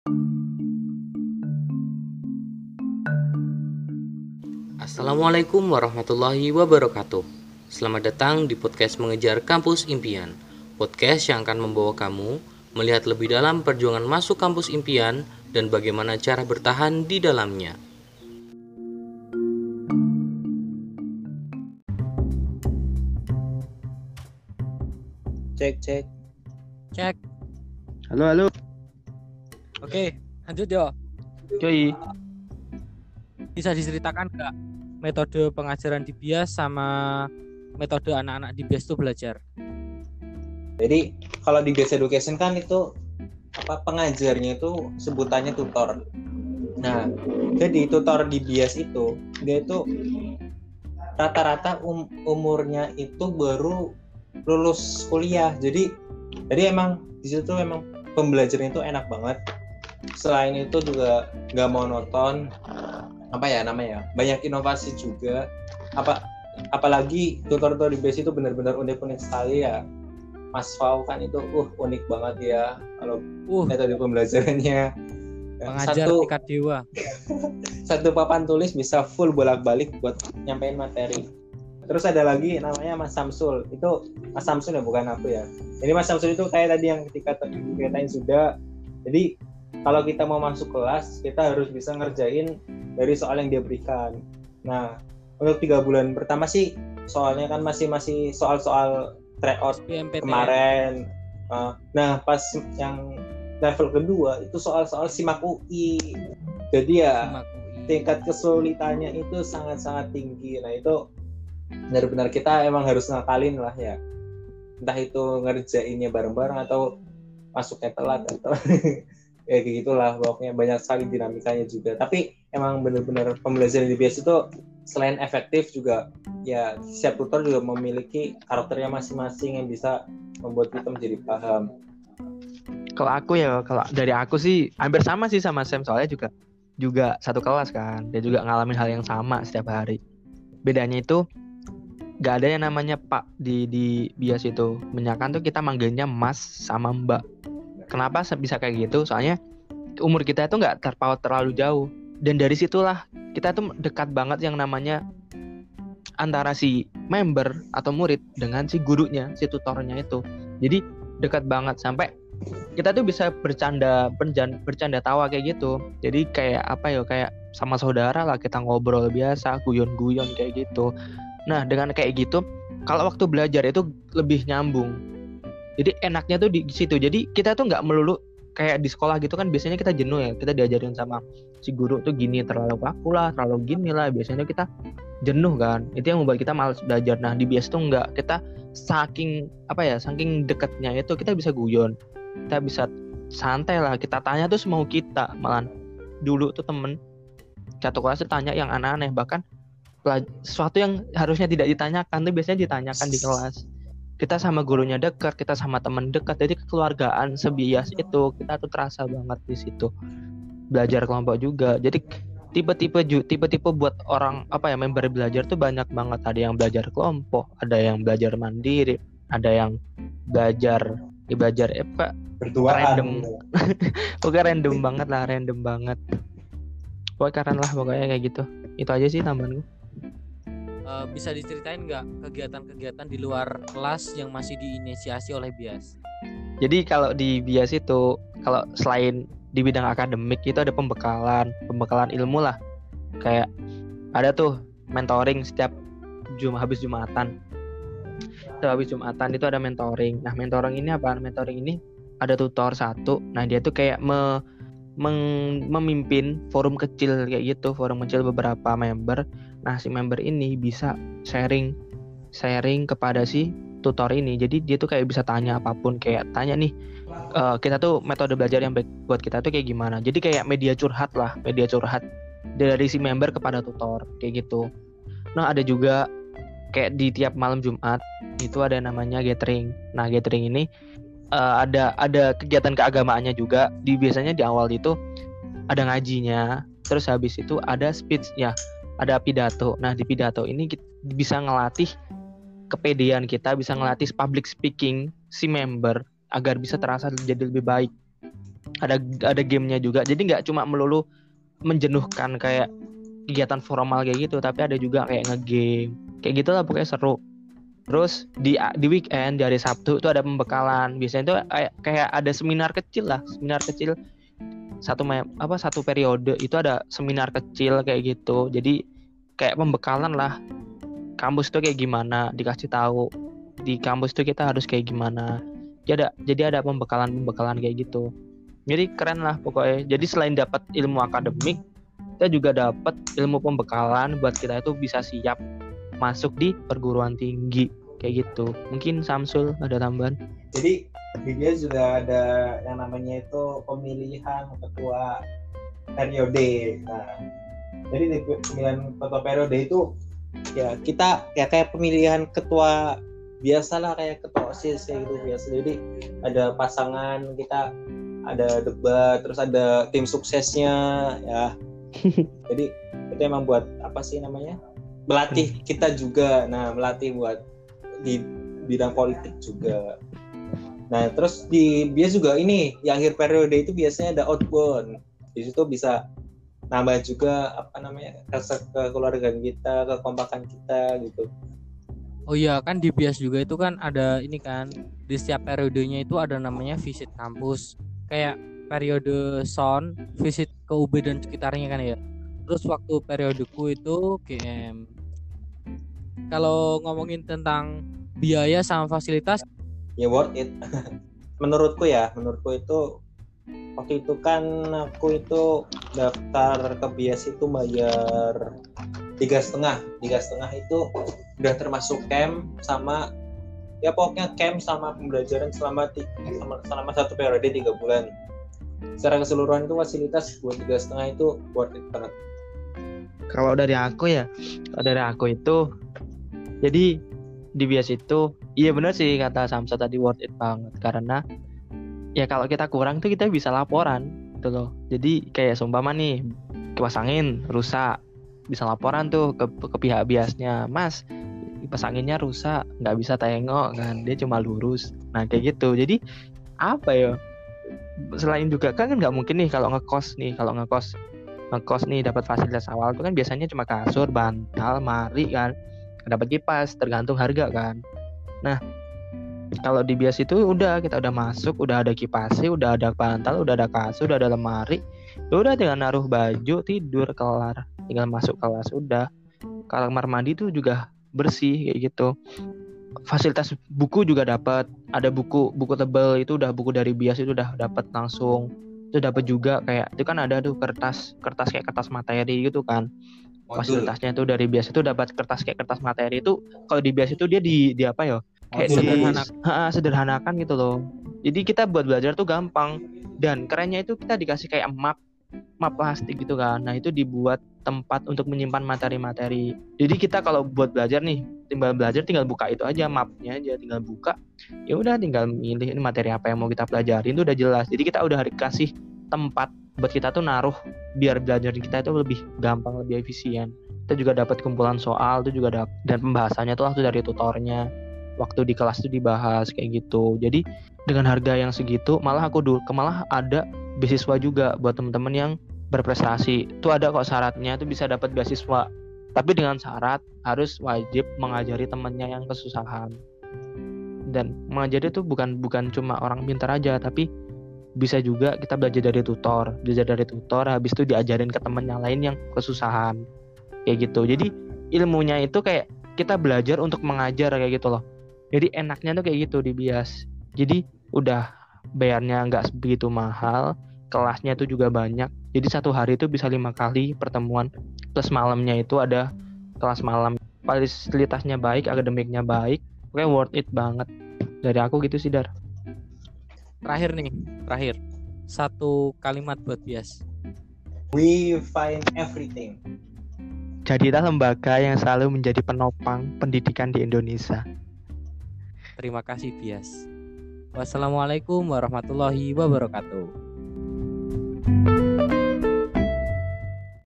Assalamualaikum warahmatullahi wabarakatuh. Selamat datang di podcast Mengejar Kampus Impian. Podcast yang akan membawa kamu melihat lebih dalam perjuangan masuk kampus impian dan bagaimana cara bertahan di dalamnya. Cek. Cek. Halo. Oke, lanjut yo. Cuy. Bisa diceritakan nggak metode pengajaran di BIAS sama metode anak-anak di BIAS itu belajar? Jadi kalau di BIAS Education kan itu pengajarnya itu sebutannya tutor. Nah, jadi tutor di BIAS itu dia itu rata-rata umurnya itu baru lulus kuliah. Jadi emang di situ emang pembelajarannya itu enak banget. Selain itu juga nggak monoton, banyak inovasi juga. Apalagi tutor-tutor di BIAS itu benar-benar unik-unik sekali ya. Mas Fau kan itu unik banget ya kalau metode pembelajarannya. Pengajar tingkat dewa. Satu papan tulis bisa full bolak-balik buat nyampein materi. Terus ada lagi namanya Mas Samsul. Itu Mas Samsul ya, bukan aku ya. Jadi Mas Samsul itu kayak tadi yang ketika dikatain sudah. Jadi kalau kita mau masuk kelas, kita harus bisa ngerjain dari soal yang dia berikan. Nah, untuk 3 bulan pertama sih soalnya kan masih soal-soal tryout kemarin. Nah, pas yang level kedua itu soal-soal SIMAK UI. Jadi ya tingkat kesulitannya itu sangat-sangat tinggi. Nah, itu benar-benar kita emang harus ngakalin lah ya. Entah itu ngerjainnya bareng-bareng atau masuknya telat atau ya kayak gitulah, pokoknya banyak sekali dinamikanya juga. Tapi emang benar-benar pembelajaran di BIAS itu selain efektif juga ya, setiap tutor juga memiliki karakternya masing-masing yang bisa membuat kita menjadi paham. Kalau dari aku sih hampir sama sih sama Sam, soalnya juga satu kelas kan. Dia juga ngalamin hal yang sama setiap hari. Bedanya itu gak ada yang namanya Pak di BIAS itu. Menyakan tuh kita manggilnya Mas sama Mbak. Kenapa bisa kayak gitu? Soalnya umur kita itu gak terpaut terlalu jauh. Dan dari situlah kita tuh dekat banget yang namanya antara si member atau murid dengan si gurunya, si tutornya itu. Jadi dekat banget sampai kita tuh bisa bercanda tawa kayak gitu. Jadi kayak kayak sama saudara lah, kita ngobrol biasa, guyon-guyon kayak gitu. Nah, dengan kayak gitu, kalau waktu belajar itu lebih nyambung. Jadi enaknya tuh di situ. Jadi kita tuh nggak melulu kayak di sekolah gitu kan, biasanya kita jenuh ya. Kita diajarin sama si guru tuh gini, terlalu kaku lah, terlalu gini lah. Biasanya kita jenuh kan. Itu yang membuat kita malas belajar. Nah, di BIAS tuh nggak. Kita saking dekatnya itu kita bisa guyon. Kita bisa santai lah. Kita tanya tuh semau kita. Malah dulu tuh temen satu kelas tuh tanya yang aneh-aneh. Bahkan sesuatu yang harusnya tidak ditanyakan tuh biasanya ditanyakan di kelas. Kita sama gurunya dekat, kita sama teman dekat, jadi kekeluargaan se-BIAS itu kita tuh terasa banget di situ. Belajar kelompok juga, jadi tipe-tipe buat orang member belajar tuh banyak banget. Ada yang belajar kelompok, ada yang belajar mandiri, ada yang belajar random. Pokoknya random banget. Pokoknya kayak gitu. Itu aja sih tambahanku. Bisa diceritain nggak kegiatan-kegiatan di luar kelas yang masih diinisiasi oleh BIAS? Jadi kalau di BIAS itu, kalau selain di bidang akademik itu ada pembekalan ilmu lah. Kayak ada tuh mentoring setiap habis Jumatan. Habis Jumatan itu ada mentoring. Nah, mentoring ini apa? Mentoring ini ada tutor satu. Nah, dia tuh kayak memimpin forum kecil kayak gitu, forum kecil beberapa member. Nah, si member ini bisa sharing kepada si tutor ini. Jadi dia tuh kayak bisa tanya apapun, kayak tanya nih, kita tuh metode belajar yang baik buat kita tuh kayak gimana. Jadi kayak media curhat dari si member kepada tutor kayak gitu. Nah, ada juga kayak di tiap malam Jumat itu ada namanya gathering. Nah, gathering ini ada kegiatan keagamaannya juga. Biasanya di awal itu ada ngajinya, terus habis itu ada speech-nya, ada pidato. Nah, di pidato ini kita bisa ngelatih kepedean kita, bisa ngelatih public speaking si member agar bisa terasa jadi lebih baik. ada gamenya juga. Jadi nggak cuma melulu menjenuhkan kayak kegiatan formal kayak gitu, tapi ada juga kayak ngegame kayak gitulah, pokoknya seru. Terus di weekend, di hari Sabtu itu ada pembekalan. Biasanya itu kayak ada seminar kecil satu periode itu ada seminar kecil kayak gitu. Jadi kayak pembekalan lah, kampus itu kayak gimana, dikasih tahu di kampus itu kita harus kayak gimana. Jadi ada pembekalan kayak gitu. Jadi keren lah pokoknya. Jadi selain dapat ilmu akademik, kita juga dapat ilmu pembekalan buat kita itu bisa siap masuk di perguruan tinggi kayak gitu. Mungkin Samsul ada tambahan? Jadi di dia sudah ada yang namanya itu pemilihan ketua periode. Nah, jadi di pemilihan ketua periode itu ya kita ya kayak pemilihan ketua biasa lah, kayak ketua OSIS kayak gitu biasa. Jadi ada pasangan, kita ada debat, terus ada tim suksesnya ya. Jadi itu emang buat apa sih namanya? Melatih kita juga. Nah, melatih buat di bidang politik juga. Nah, terus di BIAS juga ini di akhir periode itu biasanya ada outbound. Di situ bisa nambah juga apa namanya? Kekeluargaan kita, kekompakan kita gitu. Oh iya, kan di BIAS juga itu kan ada ini kan, di setiap periodenya itu ada namanya visit kampus. Kayak periode SON, visit ke UB dan sekitarnya kan ya. Terus waktu periodeku itu GM. Kalau ngomongin tentang biaya sama fasilitas, ya worth it. Menurutku itu waktu itu kan aku itu daftar ke BIAS itu bayar 3,5 itu udah termasuk camp sama ya pokoknya camp sama pembelajaran selama satu periode 3 bulan. Secara keseluruhan itu fasilitas buat 3,5 itu worth it banget. Kalau dari aku itu jadi di BIAS itu iya benar sih kata Samsa tadi, worth it banget karena ya kalau kita kurang tuh kita bisa laporan gitu loh. Jadi kayak seumpama nih kipas angin rusak, bisa laporan tuh ke pihak BIASnya, Mas kipas anginnya rusak, nggak bisa tengok kan, dia cuma lurus. Nah kayak gitu. Jadi apa ya, selain juga kan nggak mungkin nih kalau ngekos nih dapat fasilitas awal itu kan biasanya cuma kasur, bantal, mari kan, dapat kipas tergantung harga kan. Nah kalau di BIAS itu kita udah masuk, udah ada kipasnya, udah ada bantal, udah ada kasur, udah ada lemari, udah tinggal naruh baju, tidur, kelar, tinggal masuk kelas udah. Kamar mandi tuh juga bersih kayak gitu. Fasilitas buku juga dapat, ada buku tebal itu udah buku dari BIAS itu udah dapat langsung. Itu dapat juga kayak itu kan ada tuh kertas kayak kertas materi gitu kan. Fasilitasnya itu dari BIAS itu dapat kertas kayak kertas materi itu. Kalau di BIAS itu dia di apa ya? Kayak sederhanakan gitu loh. Jadi kita buat belajar tuh gampang, dan kerennya itu kita dikasih kayak map plastik gitu kan. Nah itu dibuat tempat untuk menyimpan materi-materi. Jadi kita kalau buat belajar nih, tinggal buka itu aja, mapnya aja tinggal buka. Ya udah tinggal milih ini materi apa yang mau kita pelajarin, itu udah jelas. Jadi kita udah dikasih tempat buat kita tuh naruh, biar belajar kita itu lebih gampang, lebih efisien. Kita juga dapat kumpulan soal itu juga dapat, dan pembahasannya tuh langsung dari tutornya. Waktu di kelas tuh dibahas kayak gitu. Jadi dengan harga yang segitu, malah ada beasiswa juga buat teman-teman yang berprestasi. Itu ada kok syaratnya, itu bisa dapat beasiswa. Tapi dengan syarat harus wajib mengajari temannya yang kesusahan. Dan mengajari itu bukan cuma orang pintar aja, tapi bisa juga kita belajar dari tutor, habis itu diajarin ke teman yang lain yang kesusahan kayak gitu. Jadi ilmunya itu kayak kita belajar untuk mengajar kayak gitu loh. Jadi enaknya tuh kayak gitu di BIAS. Jadi udah bayarnya nggak begitu mahal, kelasnya itu juga banyak. Jadi satu hari itu bisa 5 kali pertemuan, plus malamnya itu ada kelas malam. Fasilitasnya baik, akademiknya baik, oke, worth it banget. Dari aku gitu sih, Dar. Terakhir satu kalimat buat BIAS. We find everything. Jadilah lembaga yang selalu menjadi penopang pendidikan di Indonesia. Terima kasih BIAS. Wassalamualaikum warahmatullahi wabarakatuh.